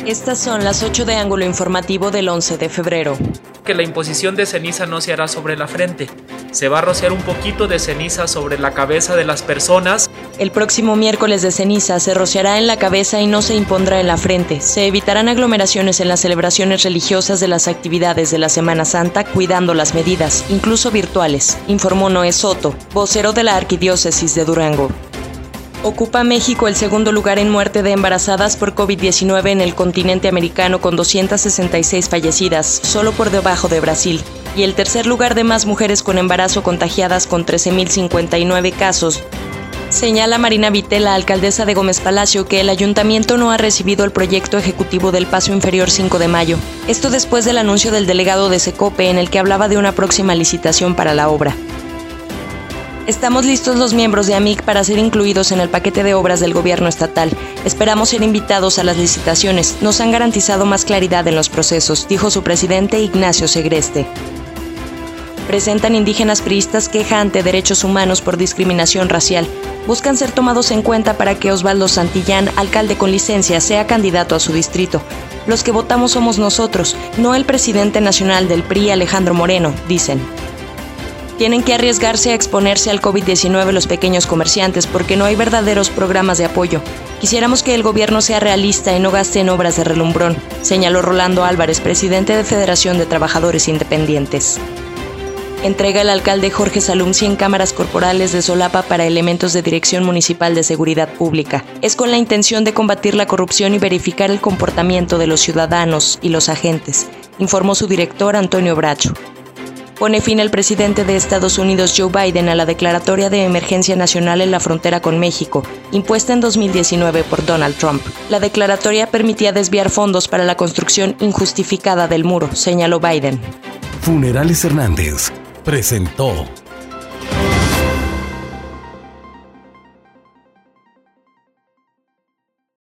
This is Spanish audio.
Estas son las 8 de ángulo informativo del 11 de febrero. Que la imposición de ceniza no se hará sobre la frente. Se va a rociar un poquito de ceniza sobre la cabeza de las personas. El próximo miércoles de ceniza se rociará en la cabeza y no se impondrá en la frente. Se evitarán aglomeraciones en las celebraciones religiosas de las actividades de la Semana Santa, cuidando las medidas, incluso virtuales, informó Noé Soto, vocero de la Arquidiócesis de Durango. Ocupa México el segundo lugar en muerte de embarazadas por COVID-19 en el continente americano con 266 fallecidas, solo por debajo de Brasil, y el tercer lugar de más mujeres con embarazo contagiadas con 13.059 casos. Señala Marina Vitela, alcaldesa de Gómez Palacio, que el ayuntamiento no ha recibido el proyecto ejecutivo del Paso Inferior 5 de Mayo. Esto después del anuncio del delegado de Secope en el que hablaba de una próxima licitación para la obra. Estamos listos los miembros de AMIC para ser incluidos en el paquete de obras del gobierno estatal. Esperamos ser invitados a las licitaciones. Nos han garantizado más claridad en los procesos, dijo su presidente Ignacio Segreste. Presentan indígenas priistas queja ante Derechos Humanos por discriminación racial. Buscan ser tomados en cuenta para que Osvaldo Santillán, alcalde con licencia, sea candidato a su distrito. Los que votamos somos nosotros, no el presidente nacional del PRI, Alejandro Moreno, dicen. Tienen que arriesgarse a exponerse al COVID-19 los pequeños comerciantes porque no hay verdaderos programas de apoyo. Quisiéramos que el gobierno sea realista y no gaste en obras de relumbrón, señaló Rolando Álvarez, presidente de Federación de Trabajadores Independientes. Entrega el alcalde Jorge Salum 100 cámaras corporales de solapa para elementos de Dirección Municipal de Seguridad Pública. Es con la intención de combatir la corrupción y verificar el comportamiento de los ciudadanos y los agentes, informó su director Antonio Bracho. Pone fin el presidente de Estados Unidos, Joe Biden, a la declaratoria de emergencia nacional en la frontera con México, impuesta en 2019 por Donald Trump. La declaratoria permitía desviar fondos para la construcción injustificada del muro, señaló Biden. Funerales Hernández presentó